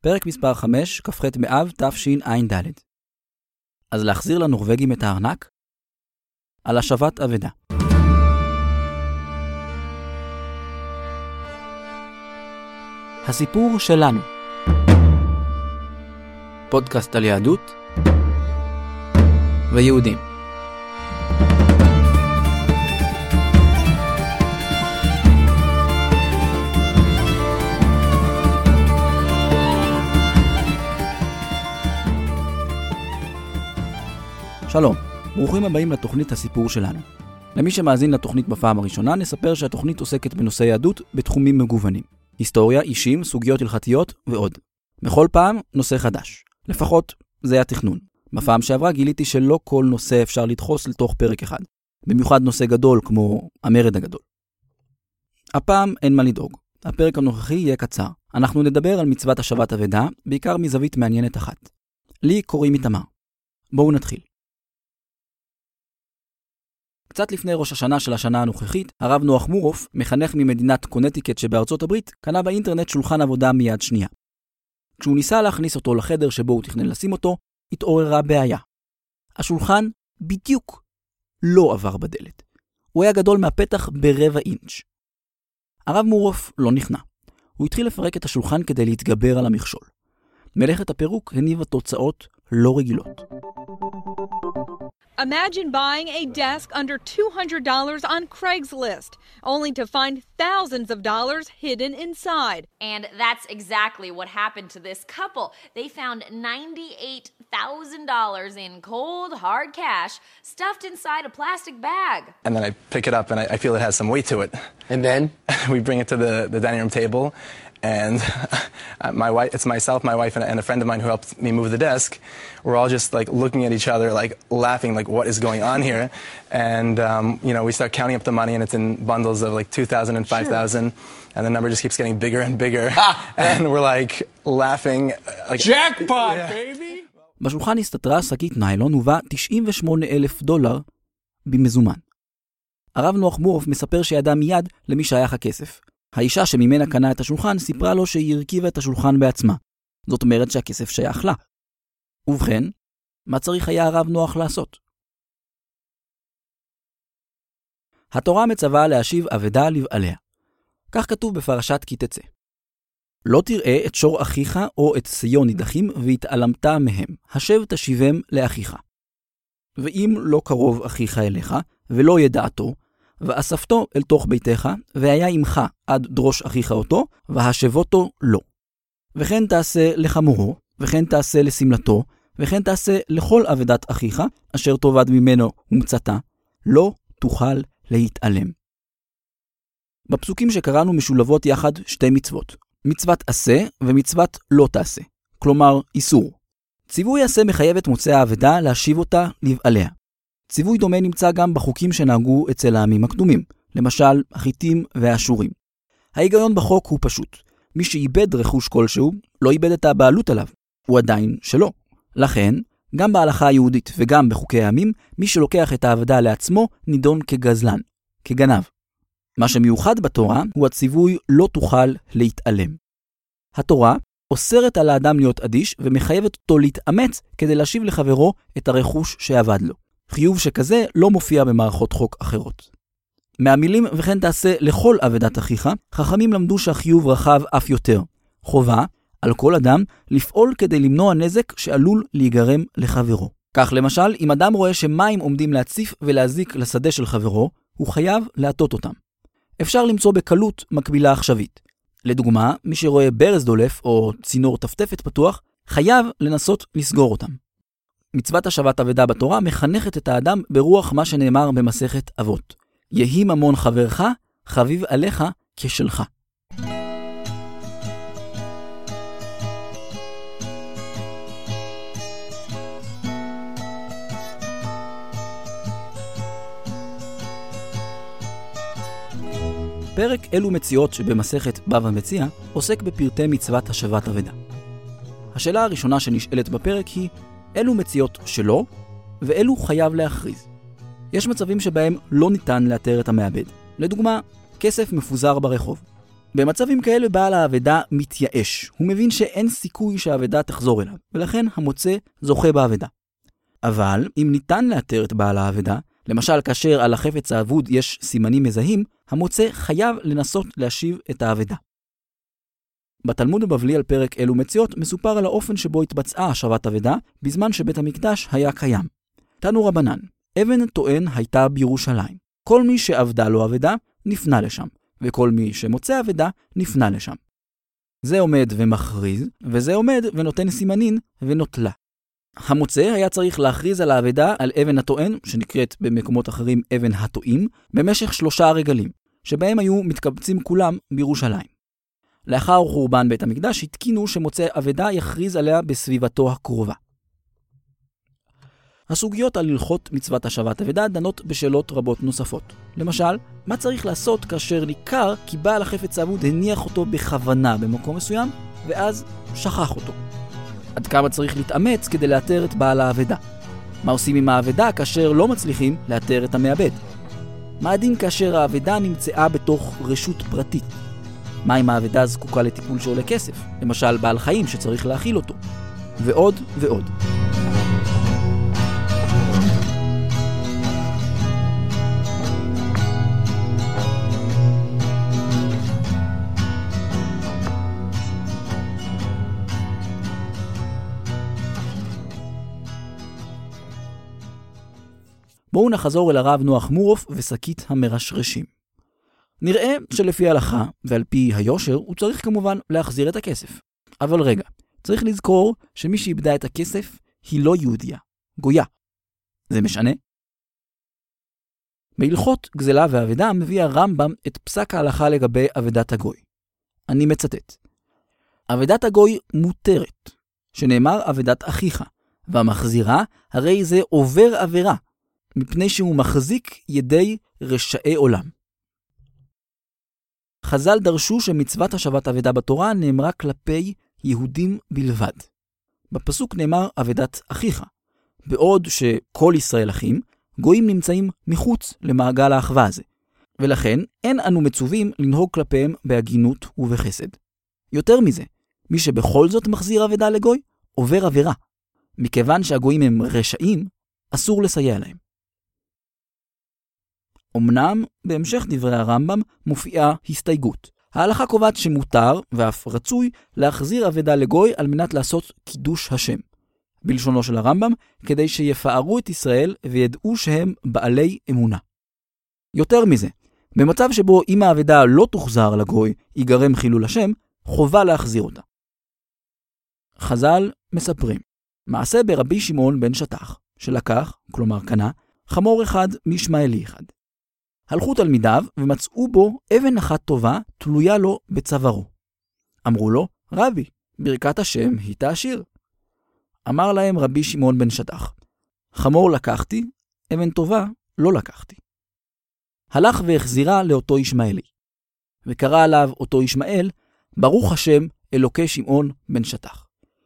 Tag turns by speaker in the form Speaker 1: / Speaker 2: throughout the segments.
Speaker 1: פרק מספר 5, כ"ח באב תשע"ד. אז להחזיר לנורווגים את הארנק? על השבת אבדה. הסיפור שלנו. פודקאסט על יהדות ויהודים. שלום, ברוכים הבאים לתוכנית הסיפור שלנו. למי שמאזין לתוכנית בפעם הראשונה, נספר שהתוכנית עוסקת בנושאי יהדות בתחומים מגוונים. היסטוריה, אישים, סוגיות הלכתיות ועוד. בכל פעם נושא חדש. לפחות זה התכנון. בפעם שעברה גיליתי שלא כל נושא אפשר לדחוס לתוך פרק אחד. במיוחד נושא גדול כמו המרד הגדול. הפעם אין מה לדאוג. הפרק הנוכחי יהיה קצר. אנחנו נדבר על מצוות השבת אבדה, בעיקר מזווית מעניינת אחת. לי קוראים איתמר. בואו נתחיל. קצת לפני ראש השנה של השנה הנוכחית, הרב נוח מורוף, מחנך ממדינת קונטיקט שבארצות הברית, קנה באינטרנט שולחן עבודה מיד שנייה. כשהוא ניסה להכניס אותו לחדר שבו הוא תכנן לשים אותו, התעוררה בעיה. השולחן בדיוק לא עבר בדלת. הוא היה גדול מהפתח ברבע אינץ'. הרב מורוף לא נכנע. הוא התחיל לפרק את השולחן כדי להתגבר על המכשול. מלאכת הפירוק הניבה תוצאות לא רגילות.
Speaker 2: Imagine buying a desk under $200 on Craigslist, only to find thousands of dollars hidden inside.
Speaker 3: And that's exactly what happened to this couple. They found $98,000 in cold, hard cash stuffed inside a plastic bag.
Speaker 4: And then I pick it up and I feel it has some weight to it.
Speaker 5: And then?
Speaker 4: We bring it to the dining room table. And it's myself, my wife, and a friend of mine who helped me move the desk. We're all just like looking at each other, like laughing, like what is going on here? And we start counting up the money, and it's in bundles of like 2,000 and 5,000, and the number just keeps getting bigger and bigger. And we're like laughing, like
Speaker 5: jackpot, baby!
Speaker 1: בשולחן הסתתרה שקית ניילון ובה $98,000 במזומן. הרב נוח מורוף מספר שידע מיד למי שייך הכסף. האישה שממנה קנה את השולחן סיפרה לו שהיא הרכיבה את השולחן בעצמה. זאת אומרת שהכסף שייך לה. ובכן, מה צריך היה הרב נוח לעשות? התורה מצווה להשיב אבדה לבעליה. כך כתוב בפרשת כי תצא. לא תראה את שור אחיך או את ציון נידחים והתעלמת מהם. השב תשיבם לאחיך. ואם לא קרוב אחיך אליך ולא ידעתו, ואספתו אל תוך ביתך, והיה עמך עד דרוש אחיך אותו, והשבותו לא. וכן תעשה לחמורו, וכן תעשה לסמלתו, וכן תעשה לכל אבדת אחיך, אשר תאבד ממנו ומצאתה, לא תוכל להתעלם. בפסוקים שקראנו משולבות יחד שתי מצוות, מצוות עשה ומצוות לא תעשה, כלומר איסור. ציווי עשה מחייב את מוצאי האבדה להשיב אותה לבעליה. ציווי דומה נמצא גם בחוקים שנהגו אצל העמים הקדומים, למשל החיתים והאשורים. ההיגיון בחוק הוא פשוט. מי שאיבד רכוש כלשהו, לא איבד את הבעלות עליו. הוא עדיין שלו. לכן, גם בהלכה היהודית וגם בחוקי העמים, מי שלוקח את האבדה לעצמו נידון כגזלן, כגנב. מה שמיוחד בתורה הוא הציווי לא תוכל להתעלם. התורה אוסרת על האדם להיות אדיש ומחייבת אותו להתאמץ כדי להשיב לחברו את הרכוש שאבד לו. חיוב שכזה לא מופיע במערכות חוק אחרות. מהמילים וכן תעשה לכל אבדת אחיך, חכמים למדו שהחיוב רחב אף יותר. חובה על כל אדם לפעול כדי למנוע נזק שעלול להיגרם לחברו. כך למשל, אם אדם רואה שמים עומדים להציף ולהזיק לשדה של חברו, הוא חייב להטות אותם. אפשר למצוא בקלות מקבילה עכשווית. לדוגמה, מי שרואה ברז דולף או צינור טפטפת פתוח, חייב לנסות לסגור אותם. מצוות השבת אבדה בתורה מחנכת את האדם ברוח מה שנאמר במסכת אבות. יהי ממון חברך, חביב עליך כשלך. פרק אלו מציאות שבמסכת בבא מציעא עוסק בפרטי מצוות השבת אבדה. השאלה הראשונה שנשאלת בפרק היא, אילו מציאות שלו ואילו חייב להכריז. יש מצבים שבהם לא ניתן לאתר את המעבד. לדוגמה, כסף מפוזר ברחוב. במצבים כאלה בעל האבדה מתייאש. הוא מבין שאין סיכוי שהאבדה תחזור אליו, ולכן המוצא זוכה באבדה. אבל אם ניתן לאתר את בעל האבדה, למשל כאשר על החפץ האבוד יש סימנים מזהים, המוצא חייב לנסות להשיב את האבדה. בתלמוד הבבלי על פרק אלו מציאות מסופר על האופן שבו התבצעה השבת אבדה בזמן שבית המקדש היה קיים. תנו רבנן, אבן טוען הייתה בירושלים. כל מי שעבדה לו אבדה נפנה לשם, וכל מי שמוצא אבדה נפנה לשם. זה עומד ומכריז, וזה עומד ונותן סימנין ונוטלה. המוצא היה צריך להכריז על האבדה על אבן הטוען, שנקראת במקומות אחרים אבן הטועים, במשך 3 רגלים, שבהם היו מתקבצים כולם בירושלים. לאחר חורבן בית המקדש התקינו שמוצא אבדה יכריז עליה בסביבתו הקרובה. הסוגיות על הלכות מצוות השבת אבדה דנות בשאלות רבות נוספות. למשל, מה צריך לעשות כאשר ניכר כי בעל החפץ האבוד הניח אותו בכוונה במקום מסוים, ואז שכח אותו? עד כמה צריך להתאמץ כדי לאתר את בעל האבדה? מה עושים עם האבדה כאשר לא מצליחים לאתר את המאבד? מה הדין כאשר האבדה נמצאה בתוך רשות פרטית? מה אם האבדה זקוקה לטיפול שעולה כסף? למשל בעל חיים שצריך להאכיל אותו. ועוד ועוד. בואו נחזור אל הרב נוח מורוף ושקית המרשרשים. נראה שלפי ההלכה ועל פי היושר הוא צריך כמובן להחזיר את הכסף. אבל רגע, צריך לזכור שמי שאיבדה את הכסף היא לא יהודיה, גויה. זה משנה? בהלכות גזלה ואבדה מביא הרמב"ם את פסק ההלכה לגבי אבדת הגוי. אני מצטט. אבדת הגוי מותרת, שנאמר אבדת אחיך, והמחזירה הרי זה עובר עבירה, מפני שהוא מחזיק ידי רשעי עולם. חז"ל דרשו שמצוות השבת אבדה בתורה נאמרה כלפי יהודים בלבד. בפסוק נאמר אבדת אחיך, בעוד שכל ישראל אחים, גויים נמצאים מחוץ למעגל האחווה הזה, ולכן אין אנו מצווים לנהוג כלפיהם בהגינות ובחסד. יותר מזה, מי שבכל זאת מחזיר אבדה לגוי, עובר עבירה. מכיוון שהגויים הם רשעים, אסור לסייע להם. אמנם, בהמשך דברי הרמב"ם מופיעה הסתייגות. ההלכה קובעת שמותר ואף רצוי להחזיר אבדה לגוי על מנת לעשות קידוש השם. בלשונו של הרמב"ם, כדי שיפארו את ישראל וידעו שהם בעלי אמונה. יותר מזה, במצב שבו אם האבדה לא תוחזר לגוי, ייגרם חילול השם, חובה להחזיר אותה. חז"ל מספרים, מעשה ברבי שמעון בן שטח, שלקח, כלומר קנה, חמור אחד מישמעאלי אחד. הלכו תלמידיו ומצאו בו אבן אחת טובה תלויה לו בצווארו. אמרו לו, רבי, ברכת השם היא תעשיר. אמר להם רבי שמעון בן שטח, חמור לקחתי, אבן טובה לא לקחתי. הלך והחזירה לאותו ישמעאלי, וקרא עליו אותו ישמעאל, ברוך השם אלוקי שמעון בן שטח.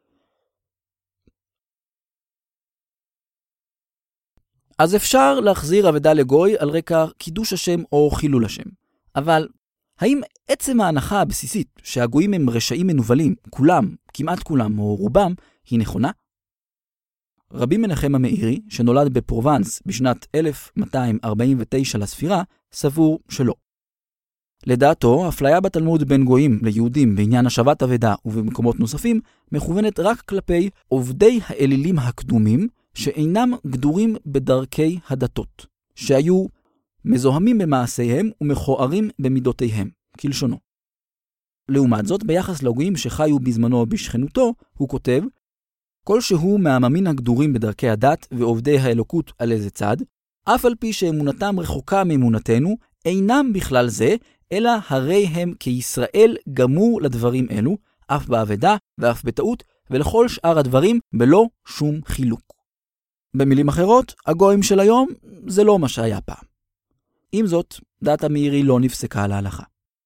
Speaker 1: אז אפשר להחזיר אבדה לגוי על רקע קידוש השם או חילול השם. אבל האם עצם ההנחה הבסיסית שהגויים הם רשעים מנובלים, כולם, כמעט כולם או רובם, היא נכונה? רבי מנחם המאירי, שנולד בפרובנס בשנת 1249 לספירה, סבור שלא. לדעתו, האפליה בתלמוד בין גויים ליהודים בעניין השבת אבדה ובמקומות נוספים, מכוונת רק כלפי עובדי האלילים הקדומים, שאינם גדורים בדרכי הדתות, שהיו מזוהמים במעשיהם ומכוערים במידותיהם, כלשונו. לעומת זאת, ביחס לגויים שחיו בזמנו בשכנותו, הוא כותב, כל שהוא מהמאמין הגדורים בדרכי הדת ועובדי האלוקות על איזה צד, אף על פי שאמונתם רחוקה מאמונתנו, אינם בכלל זה, אלא הרי הם כישראל גמור לדברים אלו, אף באבדה ואף בטעות, ולכל שאר הדברים בלא שום חילוק. במילים אחרות, הגויים של היום זה לא מה שהיה פעם. עם זאת, דת המאירי לא נפסקה על ההלכה.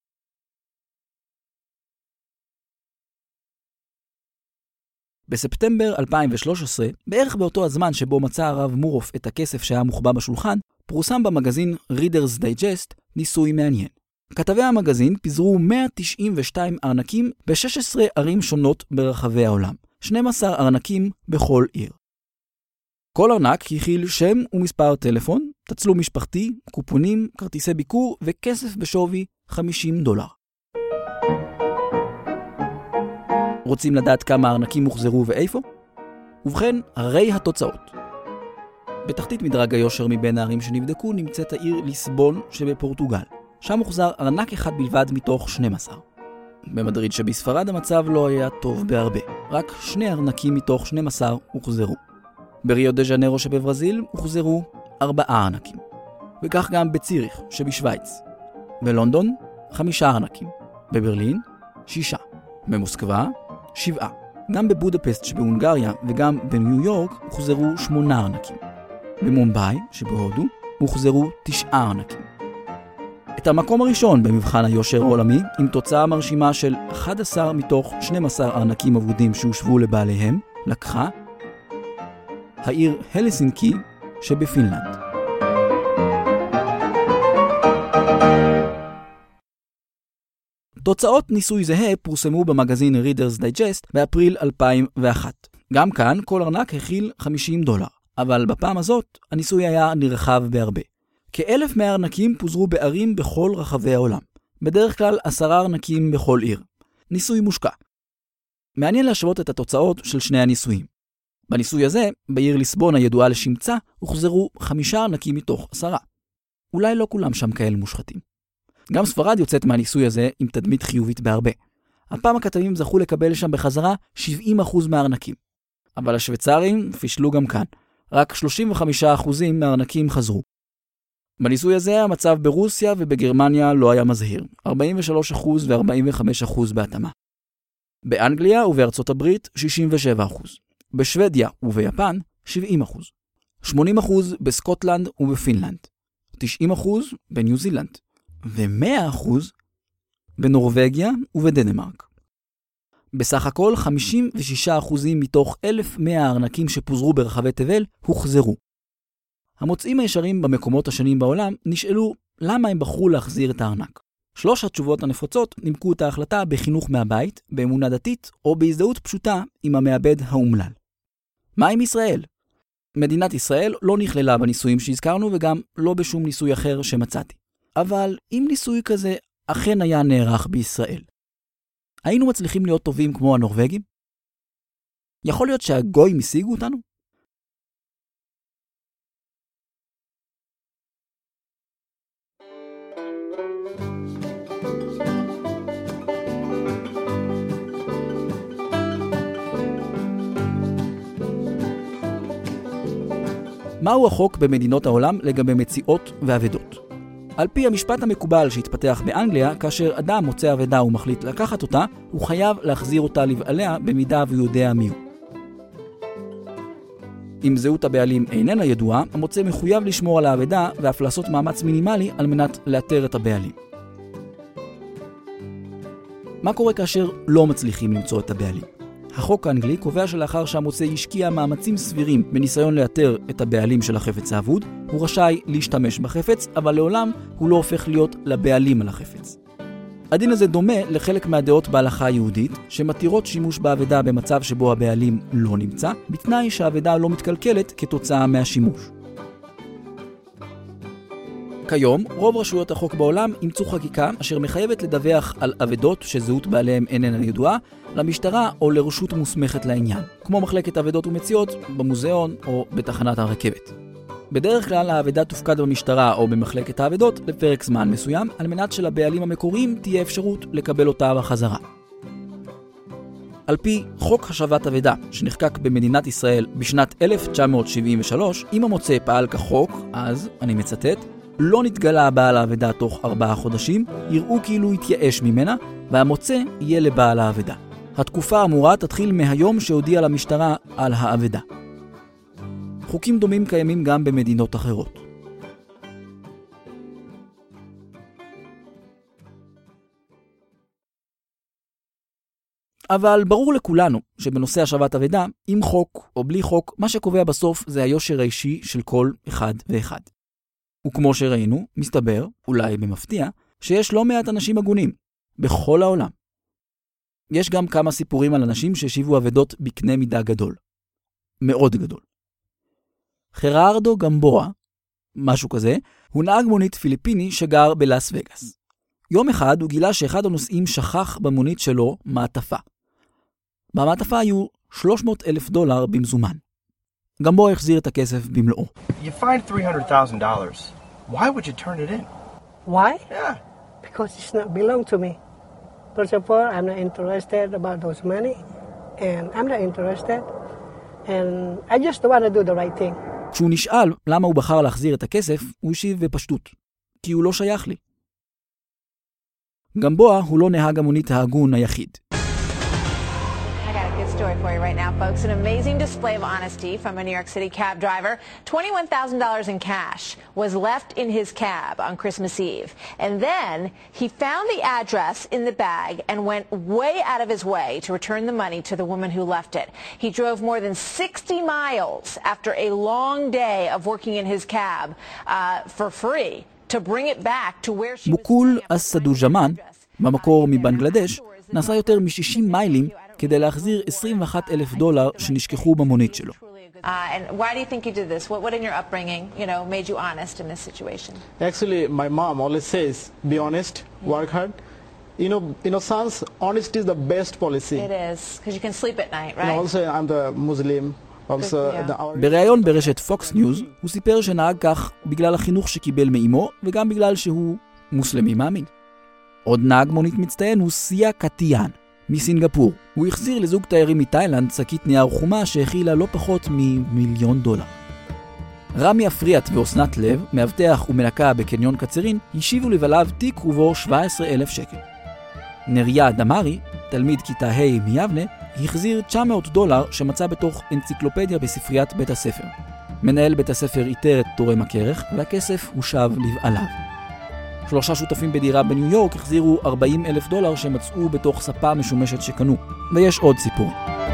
Speaker 1: בספטמבר 2013, בערך באותו הזמן שבו מצא הרב מורוף את הכסף שהיה מוחבא בשולחן, פורסם במגזין Reader's Digest ניסוי מעניין. כתבי המגזין פיזרו 192 ארנקים ב-16 ערים שונות ברחבי העולם, 12 ארנקים בכל עיר. כל ארנק הכיל שם ומספר טלפון, תצלום משפחתי, קופונים, כרטיסי ביקור וכסף בשווי $50. רוצים לדעת כמה ארנקים הוחזרו ואיפה? ובכן, הרי התוצאות. בתחתית מדרג היושר מבין הערים שנבדקו נמצאת העיר ליסבון שבפורטוגל. שם הוחזר ארנק אחד בלבד מתוך 12. במדריד שבספרד המצב לא היה טוב בהרבה. רק 2 ארנקים מתוך 12 הוחזרו. בריו דה ז'נרו שבברזיל הוחזרו 4 ארנקים. וכך גם בציריך שבשוויץ. בלונדון 5 ארנקים. בברלין 6. במוסקבה 7. גם בבודפסט שבהונגריה וגם בניו יורק הוחזרו 8 ארנקים. במומביי שבהודו הוחזרו 9 ארנקים. את המקום הראשון במבחן היושר העולמי, עם תוצאה מרשימה של 11 מתוך 12 ארנקים אבודים שהושבו לבעליהם, לקחה העיר הלסינקי שבפינלנד. תוצאות ניסוי זהה פורסמו במגזין Reader's Digest באפריל 2001. גם כאן כל ארנק הכיל $50, אבל בפעם הזאת הניסוי היה נרחב בהרבה. כ-1,000 מהארנקים פוזרו בערים בכל רחבי העולם. בדרך כלל 10 ארנקים בכל עיר. ניסוי מושקע. מעניין להשוות את התוצאות של שני הניסויים. בניסוי הזה, בעיר ליסבון הידועה לשמצה, הוחזרו 5 ארנקים מתוך 10. אולי לא כולם שם כאלה מושחתים. גם ספרד יוצאת מהניסוי הזה עם תדמית חיובית בהרבה. הפעם הכתבים זכו לקבל שם בחזרה 70% מהארנקים. אבל השוויצרים פישלו גם כאן. רק 35% מהארנקים חזרו. בניסוי הזה המצב ברוסיה ובגרמניה לא היה מזהיר. 43% ו-45% בהתאמה. באנגליה ובארצות הברית 67%. בשוודיה וביפן 70%. 80% בסקוטלנד ובפינלנד. 90% בניו זילנד. ו-100% בנורווגיה ובדנמרק. בסך הכל 56% מתוך 1,100 הארנקים שפוזרו ברחבי תבל הוחזרו. המוצאים הישרים במקומות השונים בעולם נשאלו למה הם בחרו להחזיר את הארנק. 3 התשובות הנפוצות נימקו את ההחלטה בחינוך מהבית, באמונה דתית או בהזדהות פשוטה עם המעבד האומלל. מה עם ישראל? מדינת ישראל לא נכללה בניסויים שהזכרנו וגם לא בשום ניסוי אחר שמצאתי. אבל אם ניסוי כזה אכן היה נערך בישראל, היינו מצליחים להיות טובים כמו הנורווגים? יכול להיות שהגויים השיגו אותנו? מהו החוק במדינות העולם לגבי מציאות ועבדות? על פי המשפט המקובל שהתפתח באנגליה, כאשר אדם מוצא עבדה ומחליט לקחת אותה, הוא חייב להחזיר אותה לבעליה במידה והוא יודע מי הוא. אם זהות הבעלים איננה ידועה, המוצא מחויב לשמור על העבדה ואף לעשות מאמץ מינימלי על מנת לאתר את הבעלים. מה קורה כאשר לא מצליחים למצוא את הבעלים? החוק האנגלי קובע שלאחר שהמוצא השקיע מאמצים סבירים בניסיון לאתר את הבעלים של החפץ האבוד, הוא רשאי להשתמש בחפץ, אבל לעולם הוא לא הופך להיות לבעלים על החפץ. הדין הזה דומה לחלק מהדעות בהלכה היהודית, שמתירות שימוש בעבדה במצב שבו הבעלים לא נמצא, בתנאי שהעבדה לא מתקלקלת כתוצאה מהשימוש. כיום, רוב רשויות החוק בעולם אימצו חקיקה אשר מחייבת לדווח על עבדות שזהות בעליהם איננה ידועה, למשטרה או לרשות מוסמכת לעניין, כמו מחלקת עבדות ומציאות במוזיאון או בתחנת הרכבת. בדרך כלל העבדה תופקד במשטרה או במחלקת העבדות לפרק זמן מסוים, על מנת שלבעלים המקוריים תהיה אפשרות לקבל אותה בחזרה. על פי חוק השבת עבדה, שנחקק במדינת ישראל בשנת 1973, אם המוצא פעל כחוק, אז, אני מצטט, לא נתגלה בעל העבדה תוך 4 חודשים, יראו כאילו התייאש ממנה, והמוצא יהיה לבעל העבדה. התקופה האמורה תתחיל מהיום שהודיע למשטרה על העבדה. חוקים דומים קיימים גם במדינות אחרות. אבל ברור לכולנו שבנושא השבת עבדה, עם חוק או בלי חוק, מה שקובע בסוף זה היושר האישי של כל אחד ואחד. וכמו שראינו, מסתבר, אולי במפתיע, שיש לא מעט אנשים הגונים, בכל העולם. יש גם כמה סיפורים על אנשים שהשיבו אבדות בקנה מידה גדול. מאוד גדול. חרארדו גמבואה, משהו כזה, הוא נהג מונית פיליפיני שגר בלאס וגאס. יום אחד הוא גילה שאחד הנוסעים שכח במונית שלו מעטפה. במעטפה היו $300,000 במזומן. גמבואה החזיר את הכסף במלואו.
Speaker 6: You find $300,000. Why would you turn it in?
Speaker 7: Why?
Speaker 6: Yeah.
Speaker 7: Because it's not belong to me. First of all, I'm not interested about those money, and I'm not interested, and I just want to do the right thing.
Speaker 1: כשהוא נשאל למה הוא בחר להחזיר את הכסף, הוא השיב בפשטות. כי הוא לא שייך לי. גמבואה הוא לא נהג המונית ההגון היחיד.
Speaker 8: Story for you right now, folks. An amazing display of honesty from a New York City cab driver. $21,000 in cash was left in his cab on Christmas Eve. And then he found the address in the bag and went way out of his way to return the money to the woman who left it. He drove more than 60 miles after a long day of working in his cab for free to bring it back to where she was.
Speaker 1: מוקול אסדוג'מן, במקור מבנגלדש, נסע יותר מ-60 מיילים כדי להחזיר $21,000 שנשכחו במונית שלו.
Speaker 8: And why do you think you did this? What in your upbringing, made you honest in this situation?
Speaker 5: Actually, my mom always says, be honest, work hard. Sons, honesty is the best policy.
Speaker 8: It is, because you can sleep at night, right?
Speaker 5: And also, I'm the Muslim.
Speaker 1: בריאיון ברשת פוקס ניוז, הוא סיפר שנהג כך בגלל החינוך שקיבל מאמו, וגם בגלל שהוא מוסלמי מאמין. עוד נהג מונית מצטיין הוא סיה קטיאן, מסינגפור. הוא החזיר לזוג תיירים מתאילנד שקית נייר חומה שהכילה לא פחות $1,000,000. רמי אפריאט ואוסנת לב, מאבטח ומנקה בקניון קצרין, השיבו לבעליו תיק ובו 17,000 שקל. נריה דמרי, תלמיד כיתה ה' מיבנה, החזיר $900 שמצא בתוך אנציקלופדיה בספריית בית הספר. מנהל בית הספר איתר את תורם הכרך, והכסף הושב לבעליו. 3 שותפים בדירה בניו יורק החזירו $40,000 שמצאו בתוך ספה משומשת שקנו. ויש עוד סיפור.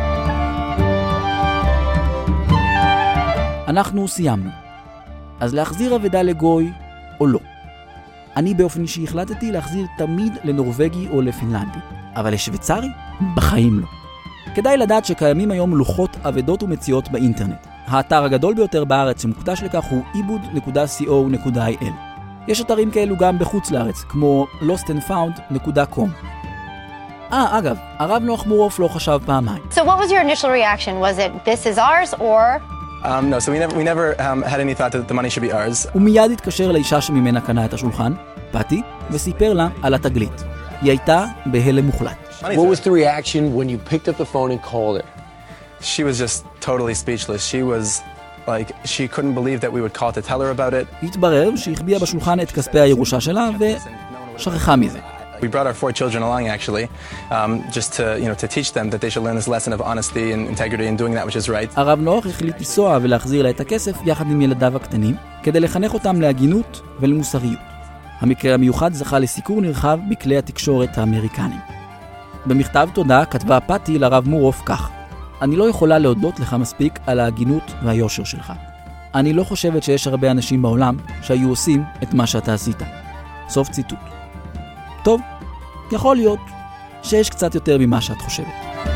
Speaker 1: אנחנו סיימנו. אז להחזיר אבדה לגוי או לא? אני באופן אישי החלטתי להחזיר תמיד לנורווגי או לפינלנדי. אבל לשוויצרי? בחיים לא. כדאי לדעת שקיימים היום לוחות אבדות ומציאות באינטרנט. האתר הגדול ביותר בארץ שמוקדש לכך הוא ibud.co.il. יש אתרים כאלו גם בחוץ לארץ, כמו lostandfound.com. אגב, הרב נוח מורוף לא חשב פעמיים.
Speaker 9: So what was your initial reaction? Was it this is ours or?
Speaker 4: No, so we never had any thought that the money should be ours.
Speaker 1: הוא מיד התקשר לאישה שממנה קנה את השולחן, פאטי, וסיפר לה על התגלית. היא הייתה בהלם מוחלט.
Speaker 10: What was the reaction when you picked up the phone and called her?
Speaker 4: She was just totally speechless. She was she couldn't believe that we would call to tell her about it.
Speaker 1: התברר שהחביאה בשולחן את כספי הירושה שלה ושכחה מזה.
Speaker 4: We brought our 4 children along actually, just to teach them that they should learn this lesson of honesty and integrity and doing that which is right.
Speaker 1: הרב נוח החליט לנסוע ולהחזיר לה את הכסף יחד עם ילדיו הקטנים, כדי לחנך אותם להגינות ולמוסריות. המקרה המיוחד זכה לסיקור נרחב בכלי התקשורת האמריקנים. במכתב תודה כתבה פאטי לרב מורוף כך: אני לא יכולה להודות לך מספיק על ההגינות והיושר שלך. אני לא חושבת שיש הרבה אנשים בעולם שהיו עושים את מה שאתה עשית. סוף ציטוט. טוב, יכול להיות שיש קצת יותר ממה שאת חושבת.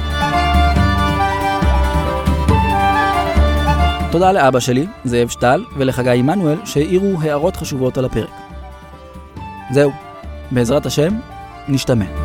Speaker 1: תודה לאבא שלי, זאב שטל, ולחגי עמנואל שהעירו הערות חשובות על הפרק. זהו, בעזרת השם, נשתמע.